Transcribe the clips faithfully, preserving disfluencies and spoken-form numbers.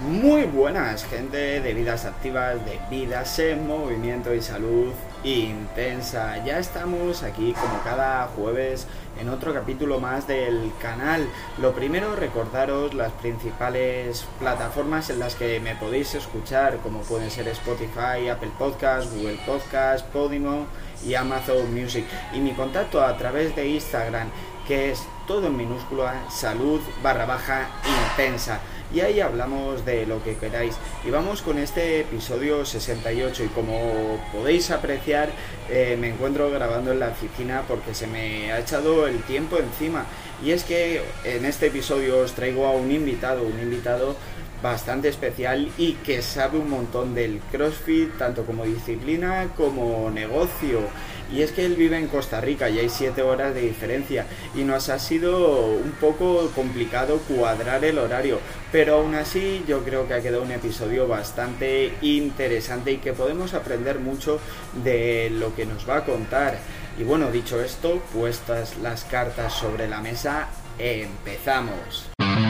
Muy buenas, gente de vidas activas, de vidas en movimiento y salud intensa. Ya estamos aquí como cada jueves en otro capítulo más del canal. Lo primero, recordaros las principales plataformas en las que me podéis escuchar, como pueden ser Spotify, Apple Podcast, Google Podcast, Podimo y Amazon Music. Y mi contacto a través de Instagram, que es todo en minúscula, salud barra baja intensa. Y ahí hablamos de lo que queráis. Y vamos con este episodio sesenta y ocho. Y como podéis apreciar, eh, me encuentro grabando en la oficina porque se me ha echado el tiempo encima. Y es que en este episodio os traigo a un invitado, un invitado bastante especial y que sabe un montón del CrossFit, tanto como disciplina como negocio. Y es que él vive en Costa Rica y hay siete horas de diferencia y nos ha sido un poco complicado cuadrar el horario, pero aún así yo creo que ha quedado un episodio bastante interesante y que podemos aprender mucho de lo que nos va a contar. Y bueno, dicho esto, puestas las cartas sobre la mesa, empezamos.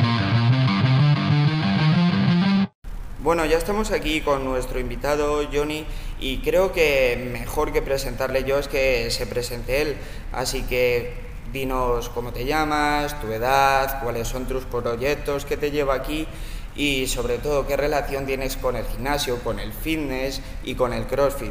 Bueno, ya estamos aquí con nuestro invitado Johnny y creo que mejor que presentarle yo es que se presente él. Así que dinos cómo te llamas, tu edad, cuáles son tus proyectos, qué te lleva aquí y sobre todo qué relación tienes con el gimnasio, con el fitness y con el CrossFit.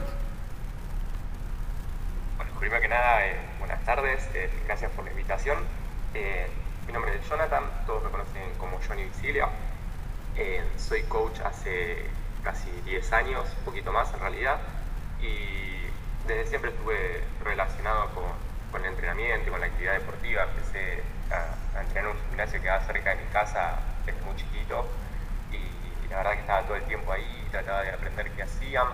Bueno, primero que nada, eh, buenas tardes, eh, gracias por la invitación. Eh, mi nombre es Jonathan, todos me conocen como Johnny Visilia. Eh, soy coach hace casi diez años, un poquito más en realidad, y desde siempre estuve relacionado con, con el entrenamiento y con la actividad deportiva. Empecé a, a entrenar en un gimnasio que quedaba cerca de mi casa desde muy chiquito y la verdad que estaba todo el tiempo ahí, trataba de aprender qué hacían,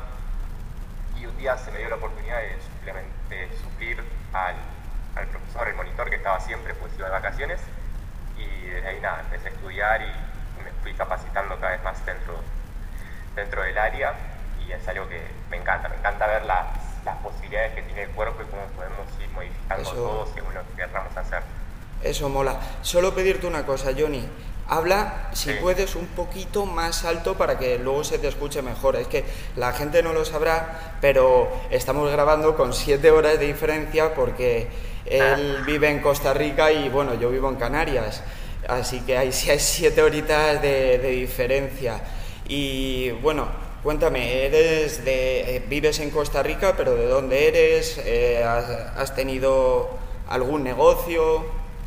y un día se me dio la oportunidad de, de suplir al, al profesor, el monitor que estaba siempre, pues iba de vacaciones, y desde ahí nada, empecé a estudiar y me fui capacitando cada vez más dentro, dentro del área, y es algo que me encanta, me encanta ver las, las posibilidades que tiene el cuerpo y cómo podemos ir modificando Eso, todo según lo que queramos hacer. Eso mola. Solo pedirte una cosa, Johnny, habla, si sí. puedes, un poquito más alto para que luego se te escuche mejor. Es que la gente no lo sabrá, pero estamos grabando con siete horas de diferencia porque él ah. vive en Costa Rica y bueno, yo vivo en Canarias. Así que hay, hay siete horitas de, de diferencia. Y bueno, cuéntame, eres de, eh, vives en Costa Rica, pero ¿de dónde eres? Eh, has, ¿Has tenido algún negocio?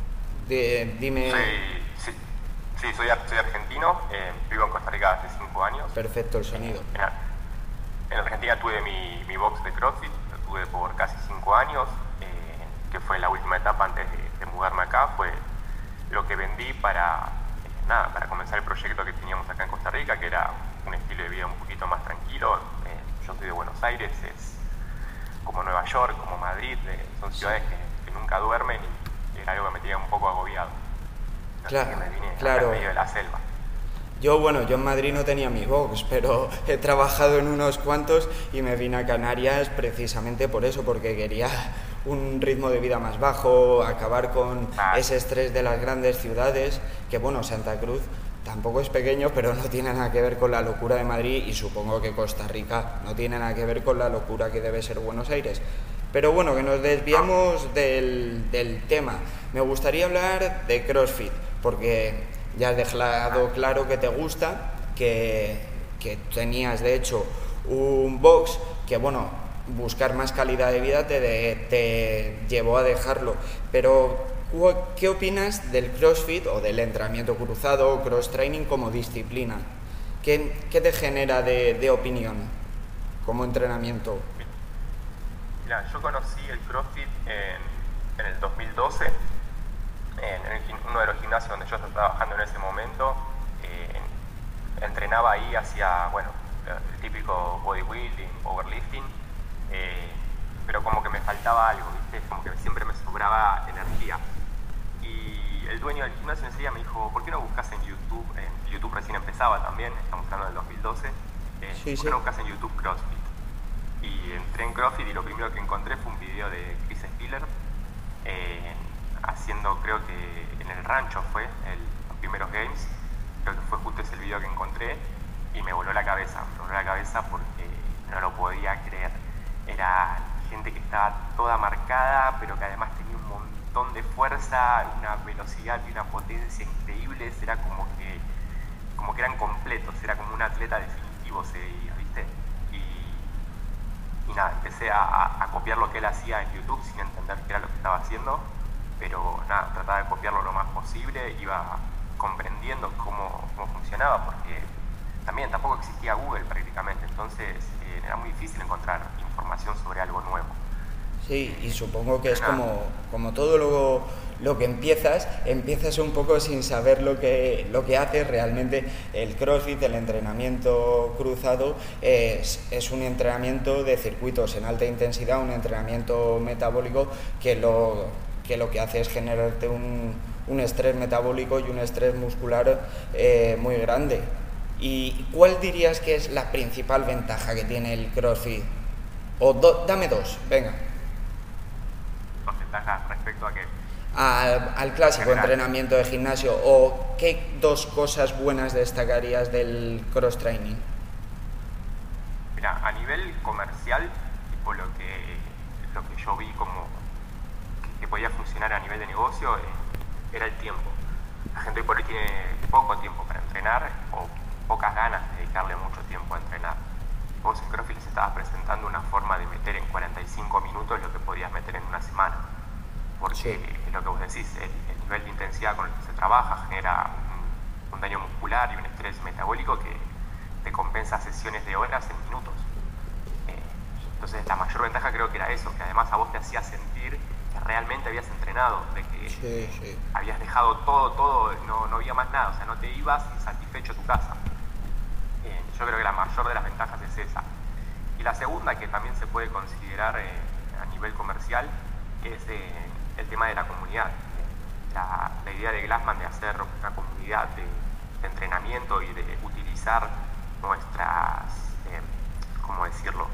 De, dime. Sí, sí, sí soy, soy argentino, eh, vivo en Costa Rica hace cinco años. Perfecto el sonido. En, en Argentina tuve mi, mi box de CrossFit, lo tuve por casi cinco años, eh, que fue la última etapa antes de, de mudarme acá. Fue lo que vendí para, eh, nada, para comenzar el proyecto que teníamos acá en Costa Rica, que era un estilo de vida un poquito más tranquilo. Eh, yo soy de Buenos Aires, es como Nueva York, como Madrid, eh, son ciudades que, que nunca duermen y, y era algo que me tenía un poco agobiado. Así claro, que me vine claro. en medio de la selva. Yo, bueno, yo en Madrid no tenía mi box, pero he trabajado en unos cuantos y me vine a Canarias precisamente por eso, porque quería un ritmo de vida más bajo, acabar con ah. ese estrés de las grandes ciudades, que bueno, Santa Cruz tampoco es pequeño, pero no tiene nada que ver con la locura de Madrid y supongo que Costa Rica no tiene nada que ver con la locura que debe ser Buenos Aires. Pero bueno, que nos desviamos del, del tema. Me gustaría hablar de CrossFit, porque ya has dejado claro que te gusta, que, que tenías de hecho un box, que bueno, buscar más calidad de vida te, de, te llevó a dejarlo. Pero ¿qué opinas del CrossFit o del entrenamiento cruzado o cross-training como disciplina? ¿Qué, qué te genera de, de opinión como entrenamiento? Mira, yo conocí el CrossFit en, en el dos mil doce, en, el, uno de los gimnasios donde yo estaba trabajando en ese momento. Eh, entrenaba ahí, hacía, bueno, el típico bodybuilding, powerlifting, eh, pero como que me faltaba algo, ¿viste? Como que siempre me sobraba energía. Y el dueño del gimnasio ese día me dijo, ¿por qué no buscas en YouTube? En YouTube recién empezaba también, estamos hablando del dos mil doce, eh, sí, ¿por qué sí. no buscas en YouTube CrossFit? Y entré en CrossFit y lo primero que encontré fue un video de Chris Spiller eh, haciendo, creo que en el rancho fue, el, los primeros games, creo que fue justo ese el video que encontré, y me voló la cabeza, me voló la cabeza porque no lo podía creer. Era gente que estaba toda marcada, pero que además tenía un montón de fuerza, una velocidad y una potencia increíbles. Era como que, como que eran completos, era como un atleta definitivo se veía, ¿viste? Y, y nada, empecé a, a copiar lo que él hacía en YouTube sin entender qué era lo que estaba haciendo, pero nada, trataba de copiarlo lo más posible, iba comprendiendo cómo, cómo funcionaba, porque también tampoco existía Google prácticamente, entonces eh, era muy difícil encontrar información sobre algo nuevo. Sí, y supongo que es como, como todo lo, lo que empiezas, empiezas un poco sin saber lo que, lo que haces. Realmente el CrossFit, el entrenamiento cruzado, es, es un entrenamiento de circuitos en alta intensidad, un entrenamiento metabólico que lo que, lo que hace es generarte un, un estrés metabólico y un estrés muscular eh, muy grande. ¿Y cuál dirías que es la principal ventaja que tiene el CrossFit? O do, dame dos, venga. ¿Dos ventajas respecto a qué? Al, al clásico general entrenamiento de gimnasio. ¿O qué dos cosas buenas destacarías del cross-training? Mira, a nivel comercial, tipo lo que, lo que yo vi como que, que podía funcionar a nivel de negocio, eh, era el tiempo. La gente hoy por hoy tiene poco tiempo para entrenar o pocas ganas de dedicarle mucho tiempo a entrenar. Vos en CrossFit les estabas presentando una forma de meter en cuarenta y cinco minutos lo que podías meter en una semana. Porque sí, es lo que vos decís, el, el nivel de intensidad con el que se trabaja genera un, un daño muscular y un estrés metabólico que te compensa sesiones de horas en minutos. Eh, entonces la mayor ventaja creo que era eso, que además a vos te hacía sentir que realmente habías entrenado, de que sí, sí. habías dejado todo, todo, no, no había más nada, o sea, no te ibas insatisfecho a tu casa. Eh, yo creo que la mayor de las ventajas es esa. Y la segunda, que también se puede considerar eh, a nivel comercial, es eh, el tema de la comunidad. La, la idea de Glassman de hacer una comunidad de, de entrenamiento y de utilizar nuestras, eh, ¿cómo decirlo?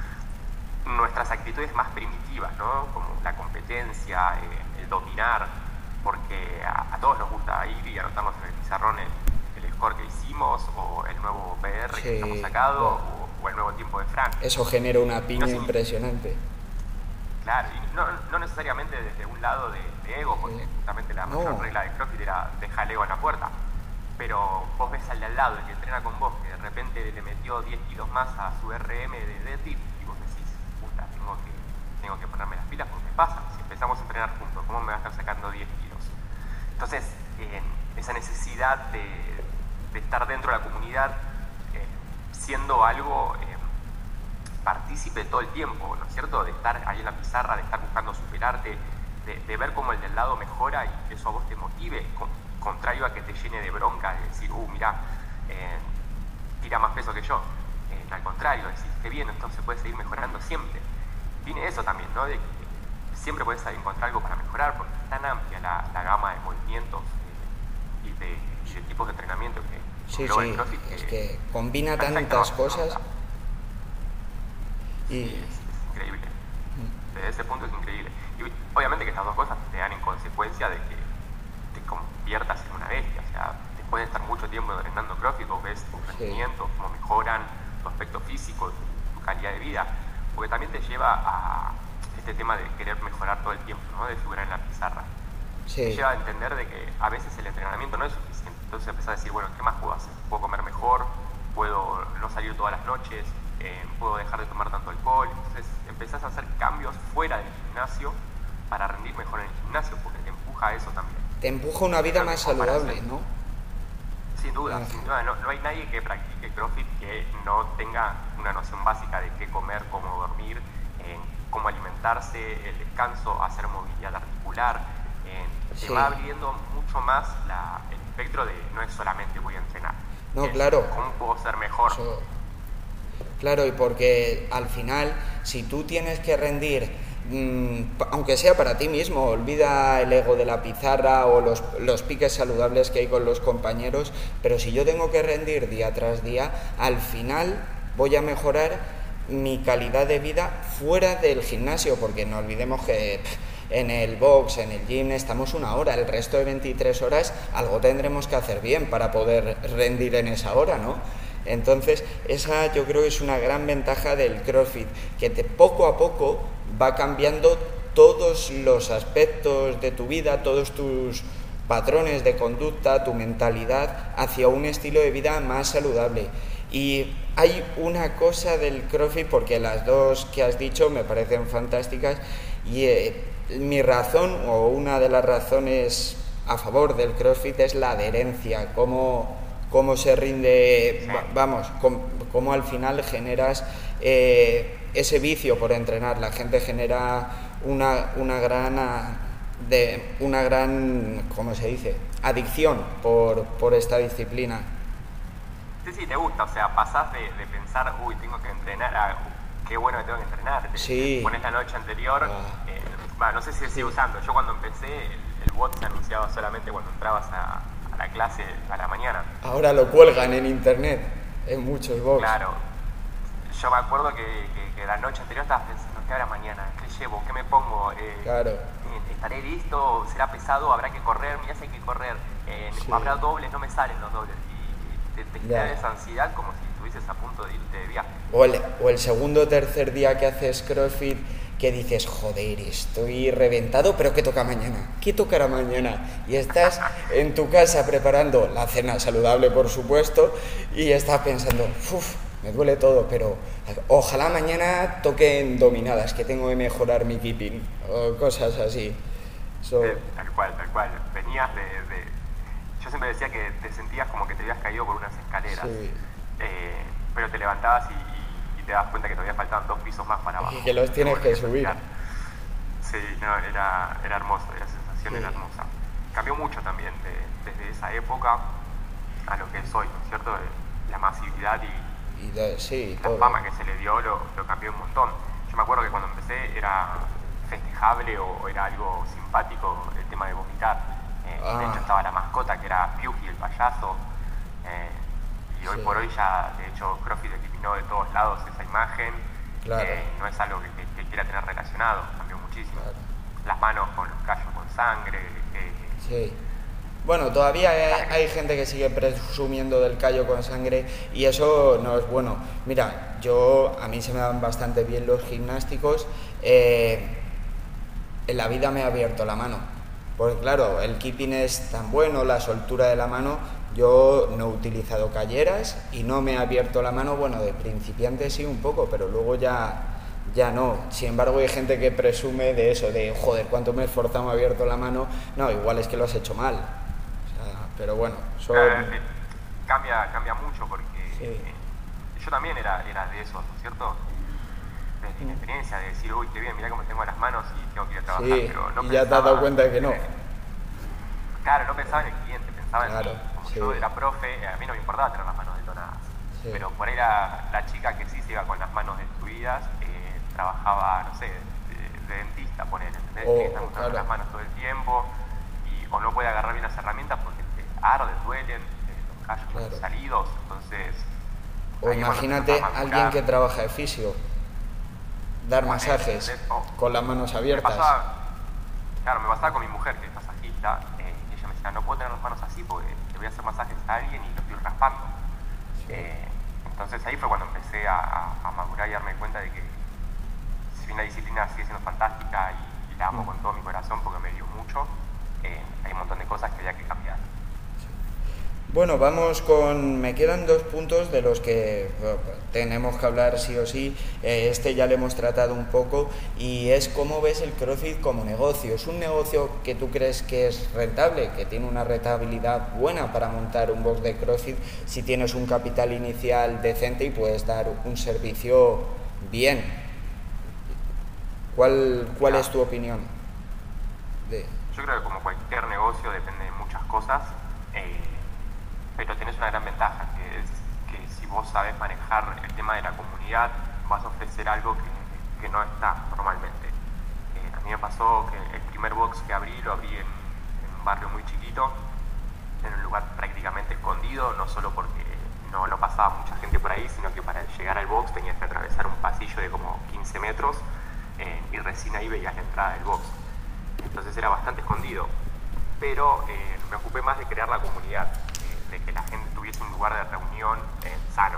nuestras actitudes más primitivas, ¿no? Como la competencia, eh, el dominar, porque a, a todos nos gusta ir y anotarnos en el pizarrón el, el score que hicimos, o el nuevo P R sí, que estamos sacado, claro. o, o el nuevo tiempo de Frank. Eso genera una piña no, impresionante. Claro, y no, no necesariamente desde un lado de, de ego, porque sí. justamente la mayor no. regla de CrossFit era dejar el ego en la puerta. Pero vos ves al de al lado, el que entrena con vos, que de repente le metió diez kilos más a su R M de deadlift, y vos decís, puta, tengo que, tengo que ponerme las pilas porque me pasa. Si empezamos a entrenar juntos, ¿cómo me va a estar sacando diez kilos? Entonces, eh, esa necesidad de, de estar dentro de la comunidad, eh, siendo algo eh, partícipe todo el tiempo, ¿no es cierto? De estar ahí en la pizarra, de estar buscando superarte, de, de ver cómo el del lado mejora y eso a vos te motive, con, contrario a que te llene de bronca, de decir, uh, mirá, eh, tira más peso que yo. Eh, al contrario, decir, qué bien, entonces puedes seguir mejorando siempre. Tiene eso también, ¿no? De que siempre puedes encontrar algo para mejorar, porque es tan amplia la, la gama de movimientos eh, y, de, y de tipos de entrenamiento que sí, sí, el CrossFit, es que, que combina tantas cosas. Y sí, es, es increíble. Desde ese punto es increíble. Y obviamente que estas dos cosas te dan en consecuencia de que te conviertas en una bestia. O sea, después de estar mucho tiempo entrenando CrossFit, vos ves tus rendimientos, sí. cómo mejoran tu aspecto físico, tu, tu calidad de vida, porque también te lleva a este tema de querer mejorar todo el tiempo, ¿no? De figurar en la pizarra. Sí. Te lleva a entender de que a veces el entrenamiento no es suficiente. Entonces empezás a decir, bueno, ¿qué más puedo hacer? ¿Puedo comer mejor? ¿Puedo no salir todas las noches? Eh, ¿Puedo dejar de tomar tanto alcohol? Entonces empezás a hacer cambios fuera del gimnasio para rendir mejor en el gimnasio, porque te empuja a eso también. Te empuja una vida más saludable, ¿no? Sin duda, uh-huh. sin duda. No, no hay nadie que practique CrossFit que no tenga una noción básica de qué comer, cómo dormir, eh, cómo alimentarse, el descanso, hacer movilidad articular. Eh, sí. Te va abriendo mucho más la, el espectro de no es solamente voy a entrenar. No, es claro. ¿Cómo puedo ser mejor? Eso... Claro, y porque al final, si tú tienes que rendir, mmm, aunque sea para ti mismo, olvida el ego de la pizarra o los, los piques saludables que hay con los compañeros, pero si yo tengo que rendir día tras día, al final voy a mejorar mi calidad de vida fuera del gimnasio, porque no olvidemos que en el box, en el gym, estamos una hora, el resto de veintitrés horas algo tendremos que hacer bien para poder rendir en esa hora, ¿no? Entonces, esa yo creo que es una gran ventaja del CrossFit, que te, poco a poco va cambiando todos los aspectos de tu vida, todos tus patrones de conducta, tu mentalidad hacia un estilo de vida más saludable. Y hay una cosa del CrossFit, porque las dos que has dicho me parecen fantásticas, y eh, mi razón, o una de las razones a favor del CrossFit, es la adherencia, cómo, cómo se rinde, vamos, cómo, cómo al final generas eh, ese vicio por entrenar. La gente genera una, una gran, de, una gran, ¿cómo se dice?, adicción por, por esta disciplina. Sí, sí, te gusta, o sea, pasás de, de pensar, uy, tengo que entrenar, a qué bueno que tengo que entrenar, te, sí. te pones la noche anterior, ah. eh, bueno, no sé si se sigue usando, yo cuando empecé, el, el bot se anunciaba solamente cuando entrabas a, a la clase a la mañana. Ahora lo cuelgan en internet, en muchos bots. Claro, yo me acuerdo que, que, que la noche anterior estabas pensando, ¿qué hará mañana? ¿Qué llevo? ¿Qué me pongo? Eh, claro. Eh, ¿Estaré listo? ¿Será pesado? ¿Habrá que correr? Mirá si hay que correr. Eh, sí. ¿Habrá dobles? No me salen los dobles. Te, te queda esa ansiedad como si estuvieses a punto de irte de viaje. O el, o el segundo o tercer día que haces CrossFit, que dices, joder, estoy reventado, pero ¿qué toca mañana? ¿Qué tocará mañana? Y estás en tu casa preparando la cena saludable, por supuesto, y estás pensando, uff, me duele todo, pero ojalá mañana toquen dominadas, que tengo que mejorar mi keeping, o cosas así. So... Eh, tal cual, tal cual. Venías de... de... Yo siempre decía que te sentías como que te habías caído por unas escaleras, sí. eh, pero te levantabas y, y, y te das cuenta que todavía faltaban dos pisos más para abajo. Y que los tienes que subir. Sí, no, era, era hermoso, la sensación sí. era hermosa. Cambió mucho también de, desde esa época a lo que es hoy, ¿no es cierto? La masividad y, y de, sí, la todo. fama que se le dio lo, lo cambió un montón. Yo me acuerdo que cuando empecé era festejable o, o era algo simpático el tema de vomitar. Ah. De hecho estaba la mascota que era Piuji, el payaso, eh, y hoy sí. por hoy ya, de hecho, CrossFit eliminó de todos lados esa imagen, claro. eh, no es algo que, que, que quiera tener relacionado, cambió muchísimo. Claro. Las manos con los callos con sangre. Eh, sí. Bueno, todavía hay, hay gente que sigue presumiendo del callo con sangre y eso no es bueno. Mira, yo, a mí se me dan bastante bien los gimnásticos, eh, en la vida me ha abierto la mano. Porque claro, el keeping es tan bueno, la soltura de la mano, yo no he utilizado calleras y no me he abierto la mano, bueno, de principiante sí un poco, pero luego ya, ya no. Sin embargo, hay gente que presume de eso, de joder, cuánto me he esforzado, me he abierto la mano. No, igual es que lo has hecho mal. O sea, pero bueno, son... eh, cambia, cambia mucho porque sí. eh, yo también era, era de eso, ¿no es cierto? De mi experiencia, de decir, uy, qué bien, mirá cómo tengo las manos y tengo que ir a trabajar, sí, pero no y pensaba, ya te has dado cuenta de que no. Eh, claro, no pensaba en el cliente, pensaba claro, en mí. Como sí. yo era profe, a mí no me importaba tener las manos detonadas, sí. pero por ahí la, la chica que sí se iba con las manos destruidas, eh, trabajaba, no sé, de, de dentista, ponele, ¿entendés? Oh, que está usando claro. las manos todo el tiempo, y, o no puede agarrar bien las herramientas porque te arden, duelen, eh, los callos claro. salidos, entonces... O imagínate a alguien que trabaja de fisio. Dar masajes oh, con las manos abiertas. Me pasaba, claro, me pasaba con mi mujer, que es masajista, eh, y ella me decía, no puedo tener las manos así porque le voy a hacer masajes a alguien y lo estoy raspando. Sí. Eh, entonces ahí fue cuando empecé a, a, a madurar y darme cuenta de que si bien la disciplina sigue siendo fantástica y, y la amo mm. con todo mi corazón porque me dio mucho, eh, hay un montón de cosas que había que cambiar. Bueno, vamos con... Me quedan dos puntos de los que bueno, tenemos que hablar sí o sí. Eh, este ya lo hemos tratado un poco y es cómo ves el CrossFit como negocio. ¿Es un negocio que tú crees que es rentable, que tiene una rentabilidad buena para montar un box de CrossFit si tienes un capital inicial decente y puedes dar un servicio bien? ¿Cuál, cuál es tu opinión? De... Yo creo que como cualquier negocio depende de muchas cosas. Eh, pero tenés una gran ventaja, que es que si vos sabés manejar el tema de la comunidad, vas a ofrecer algo que, que no está normalmente. Eh, a mí me pasó que el primer box que abrí, lo abrí en, en un barrio muy chiquito, en un lugar prácticamente escondido, no solo porque no, no pasaba mucha gente por ahí, sino que para llegar al box tenías que atravesar un pasillo de como quince metros, eh, y recién ahí veías la entrada del box. entonces era bastante escondido, pero eh, me ocupé más de crear la comunidad, eh, de que la gente tuviese un lugar de reunión eh, sano.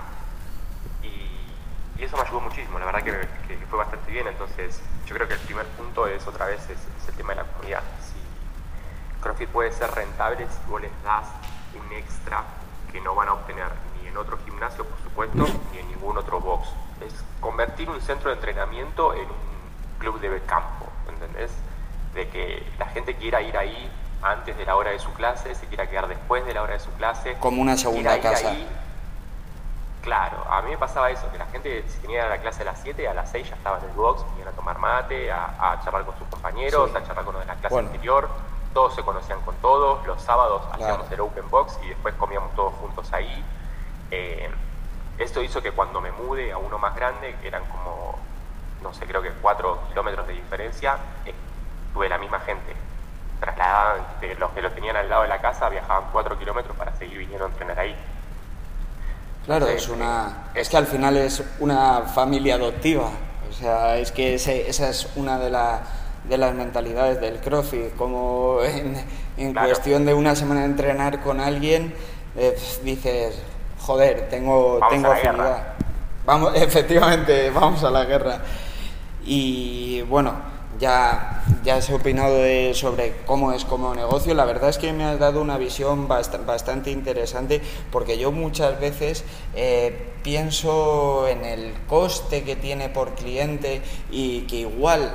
Y, y eso me ayudó muchísimo, la verdad que, que, que fue bastante bien. Entonces yo creo que el primer punto es otra vez es, es el tema de la comunidad. Si CrossFit puede ser rentable si vos les das un extra que no van a obtener ni en otro gimnasio, por supuesto, ni en ningún otro box. Es convertir un centro de entrenamiento en un club de campo, ¿entendés? De que la gente quiera ir ahí antes de la hora de su clase, se quiera quedar después de la hora de su clase. Como una segunda casa. Ahí. Claro, a mí me pasaba eso, que la gente si tenía la clase a las siete, a las seis ya estaba en el box, venían a tomar mate, a, a charlar con sus compañeros, sí. a charlar con los de la clase bueno. anterior. Todos se conocían con todos, los sábados claro. hacíamos el open box y después comíamos todos juntos ahí. Eh, esto hizo que cuando me mude a uno más grande, que eran como, no sé, creo que cuatro kilómetros de diferencia, eh, tuve la misma gente. Trasladaban, de los que lo tenían al lado de la casa, viajaban cuatro kilómetros para seguir viniendo a entrenar ahí. Claro, Entonces, es una eh, es que al final es una familia adoptiva. O sea, es que ese, esa es una de las de las mentalidades del CrossFit, como en, en claro. cuestión de una semana de entrenar con alguien, eh, dices, joder, tengo, vamos tengo afinidad. Vamos, efectivamente, vamos a la guerra. Y bueno, ya, ya has opinado de, sobre cómo es como negocio. La verdad es que me has dado una visión bast bastante interesante, porque yo muchas veces eh, pienso en el coste que tiene por cliente y que igual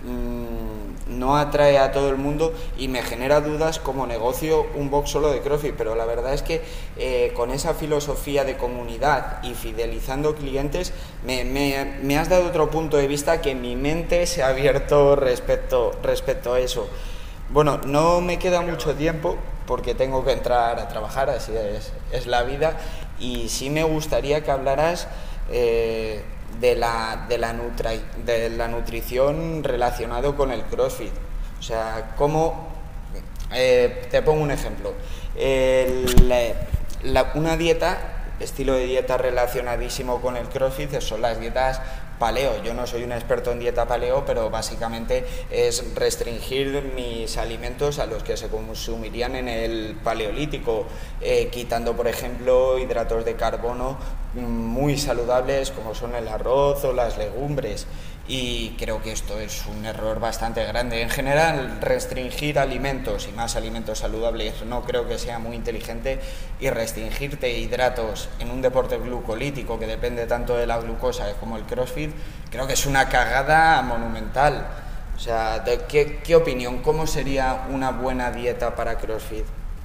no atrae a todo el mundo y me genera dudas como negocio un box solo de CrossFit, pero la verdad es que eh, con esa filosofía de comunidad y fidelizando clientes me, me, me has dado otro punto de vista que mi mente se ha abierto respecto, respecto a eso. Bueno, no me queda mucho tiempo porque tengo que entrar a trabajar, así es, es la vida, y sí me gustaría que hablaras eh, de la, de, la nutra, de la nutrición relacionado con el CrossFit. O sea, cómo... Eh, te pongo un ejemplo. El, la, una dieta, estilo de dieta relacionadísimo con el CrossFit, son las dietas paleo. Yo no soy un experto en dieta paleo, pero básicamente es restringir mis alimentos a los que se consumirían en el paleolítico, eh, quitando, por ejemplo, hidratos de carbono muy saludables como son el arroz o las legumbres. Y creo que esto es un error bastante grande. En general, restringir alimentos y más alimentos saludables no creo que sea muy inteligente, y restringirte hidratos en un deporte glucolítico que depende tanto de la glucosa como el CrossFit, creo que es una cagada monumental. O sea, ¿de qué, qué opinión? ¿Cómo sería una buena dieta para CrossFit?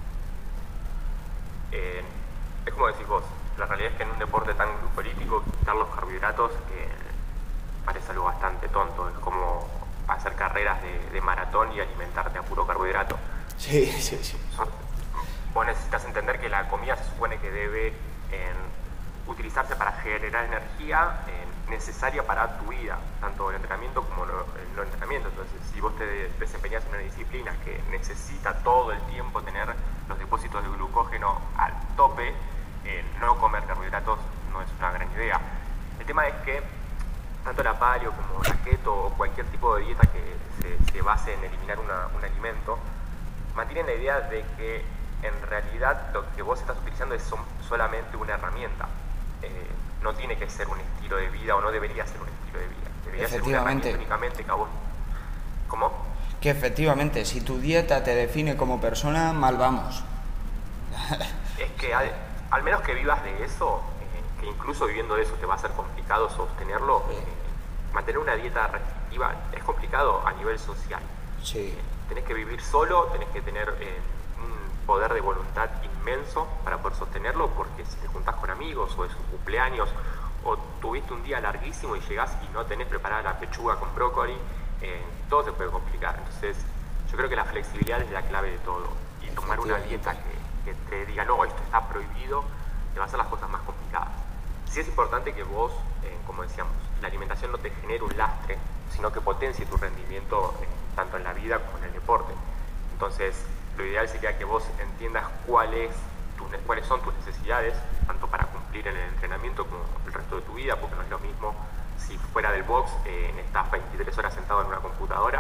Eh, es como decís vos, la realidad es que en un deporte tan glucolítico, quitar los carbohidratos eh, parece algo bastante tonto. Es como hacer carreras de, de maratón y alimentarte a puro carbohidrato. Sí, sí, sí. Vos necesitas entender que la comida se supone que debe eh, utilizarse para generar energía eh, necesaria para tu vida, tanto el entrenamiento como no, el no entrenamiento. Entonces, si vos te desempeñas en una disciplina que necesita todo el tiempo tener los depósitos de glucógeno al tope, eh, no comer carbohidratos no es una gran idea. El tema es que tanto la paleo como la keto o cualquier tipo de dieta que se, se base en eliminar una, un alimento, mantienen la idea de que en realidad lo que vos estás utilizando es son, solamente una herramienta. Eh, no tiene que ser un estilo de vida, o no debería ser un estilo de vida. Debería ser una herramienta únicamente que a vos... ¿Cómo? Que efectivamente, si tu dieta te define como persona, mal vamos. Es que al, al menos que vivas de eso, eh, que incluso viviendo de eso te va a ser complicado sostenerlo. Eh, mantener una dieta restrictiva es complicado a nivel social. Sí. Eh, tenés que vivir solo, tenés que tener eh, un poder de voluntad inmenso para poder sostenerlo, porque si te juntás con amigos o es un cumpleaños o tuviste un día larguísimo y llegás y no tenés preparada la pechuga con brócoli, eh, todo se puede complicar. Entonces yo creo que la flexibilidad es la clave de todo, y tomar una dieta que, que te diga no, esto está prohibido, te va a hacer las cosas más complicadas. Sí es importante que vos, eh, como decíamos, la alimentación no te genere un lastre, sino que potencie tu rendimiento eh, tanto en la vida como en el deporte. Entonces lo ideal sería que vos entiendas cuál es tu, cuáles son tus necesidades, tanto para cumplir en el entrenamiento como el resto de tu vida, porque no es lo mismo si fuera del box eh, estás veintitrés horas sentado en una computadora,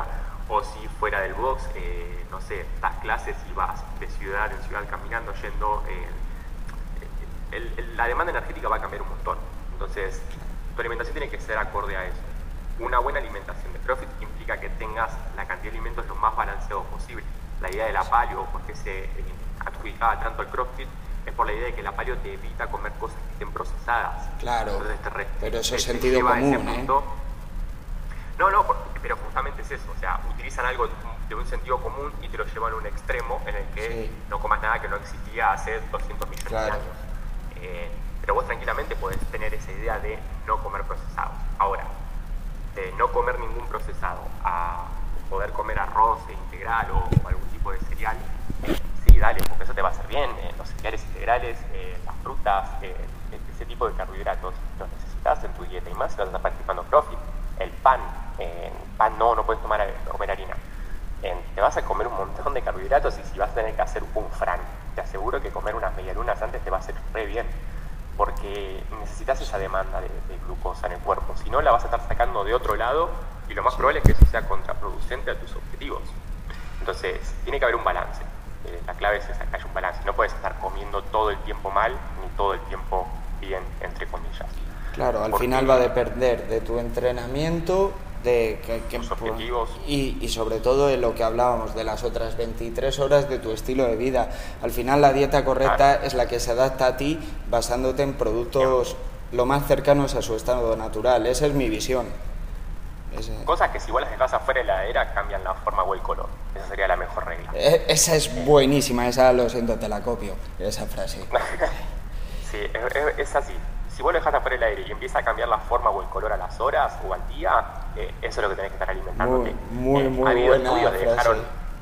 o si fuera del box, eh, no sé, das clases y vas de ciudad en ciudad caminando, yendo, eh, el, el, la demanda energética va a cambiar un montón. Entonces, tu alimentación tiene que ser acorde a eso. Una buena alimentación de CrossFit implica que tengas la cantidad de alimentos lo más balanceado posible. La idea de la paleo, porque se eh, adjudicaba tanto al CrossFit, es por la idea de que la paleo te evita comer cosas que estén procesadas. Claro, entonces te re, pero eso te, es sentido común, ¿eh? No, no, porque, pero justamente es eso, o sea, utilizan algo de un sentido común y te lo llevan a un extremo en el que sí. no comas nada que no existía hace doscientos millones claro. de años. Eh, pero vos tranquilamente podés tener esa idea de no comer procesados. Ahora, de no comer ningún procesado a poder comer arroz integral o, o algún tipo de cereal, eh, sí, dale, porque eso te va a hacer bien. Eh, los cereales integrales, eh, las frutas, eh, ese tipo de carbohidratos los necesitas en tu dieta y más si vas a estar participando en CrossFit. El pan, eh, pan no, no puedes tomar, comer harina. Eh, te vas a comer un montón de carbohidratos y si vas a tener que hacer un fran, te aseguro que comer unas medialunas antes te va a hacer re bien, porque necesitas esa demanda de, de glucosa en el cuerpo, si no la vas a estar sacando de otro lado y lo más probable es que eso sea contraproducente a tus objetivos. Entonces, tiene que haber un balance. Eh, la clave es esa, que haya un balance. No puedes estar comiendo todo el tiempo mal ni todo el tiempo bien, entre comillas. Claro, al porque final va a depender de tu entrenamiento, de que, que tus objetivos y, y sobre todo de lo que hablábamos, de las otras veintitrés horas de tu estilo de vida. Al final la dieta correcta claro. es la que se adapta a ti basándote en productos sí. lo más cercanos a su estado natural. Esa es mi visión. Ese... Cosas que si vos las dejas afuera de la heladera cambian la forma o el color. Esa sería la mejor regla. Eh, esa es eh. buenísima, esa lo siento, te la copio, esa frase. Sí, es, es así. Si vos lo dejás afuera del aire y empieza a cambiar la forma o el color a las horas o al día, eh, eso es lo que tenés que estar alimentándote. Muy, muy, eh, muy ha habido buena estudios de frase. dejaron,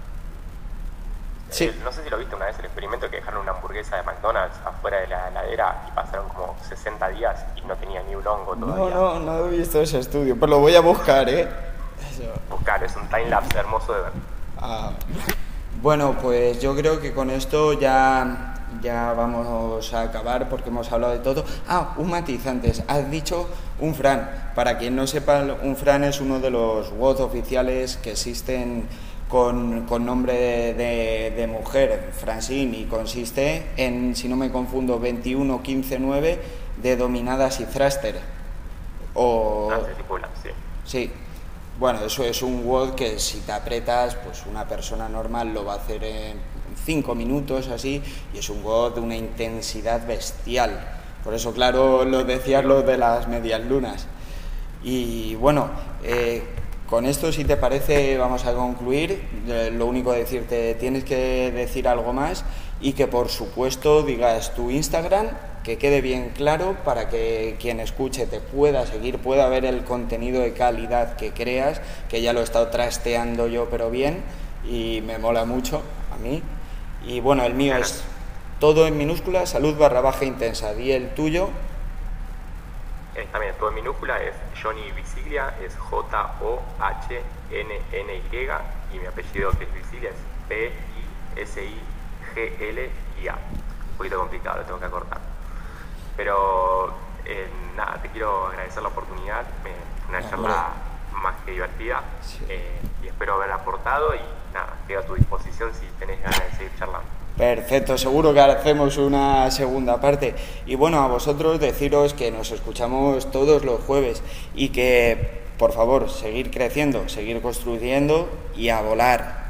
sí. eh, no sé si lo viste una vez, el experimento que dejaron una hamburguesa de McDonald's afuera de la heladera y pasaron como sesenta días y no tenía ni un hongo todavía. No, no, no he visto ese estudio, pero lo voy a buscar, ¿eh? Eso. Buscar, es un timelapse hermoso de ver. Ah, bueno, pues yo creo que con esto ya... Ya vamos a acabar porque hemos hablado de todo. Ah, un matiz antes. Has dicho un Fran. Para quien no sepa, un Fran es uno de los W O D oficiales que existen con, con nombre de, de, de mujer, Francine, y consiste en, si no me confundo, veintiuno quince nueve de dominadas y thruster. O... Ah, sí. Sí. Bueno, eso es un W O D que si te apretas, pues una persona normal lo va a hacer en cinco minutos así, y es un W O D de una intensidad bestial. Por eso, claro, lo decías lo de las medias lunas. Y bueno, eh, con esto, si te parece, vamos a concluir. Eh, lo único que decirte, tienes que decir algo más y que por supuesto digas tu Instagram, que quede bien claro para que quien escuche te pueda seguir, pueda ver el contenido de calidad que creas, que ya lo he estado trasteando yo, pero bien, y me mola mucho a mí. Y bueno, el mío es todo en minúscula, salud barra baja intensa. Di el tuyo. Eh, también todo en minúscula, es Johnny Visiglia, es J O H N N Y, y mi apellido que es Visiglia es P I S I G L I A. Un poquito complicado, lo tengo que acortar. Pero eh, nada, te quiero agradecer la oportunidad, eh, una no, charla hombre. más que divertida, sí. eh, y espero haber aportado y nada, quedo a tu disposición si tenés ganas de seguir charlando. Perfecto, seguro que hacemos una segunda parte. Y bueno, a vosotros deciros que nos escuchamos todos los jueves y que, por favor, seguir creciendo, seguir construyendo y a volar.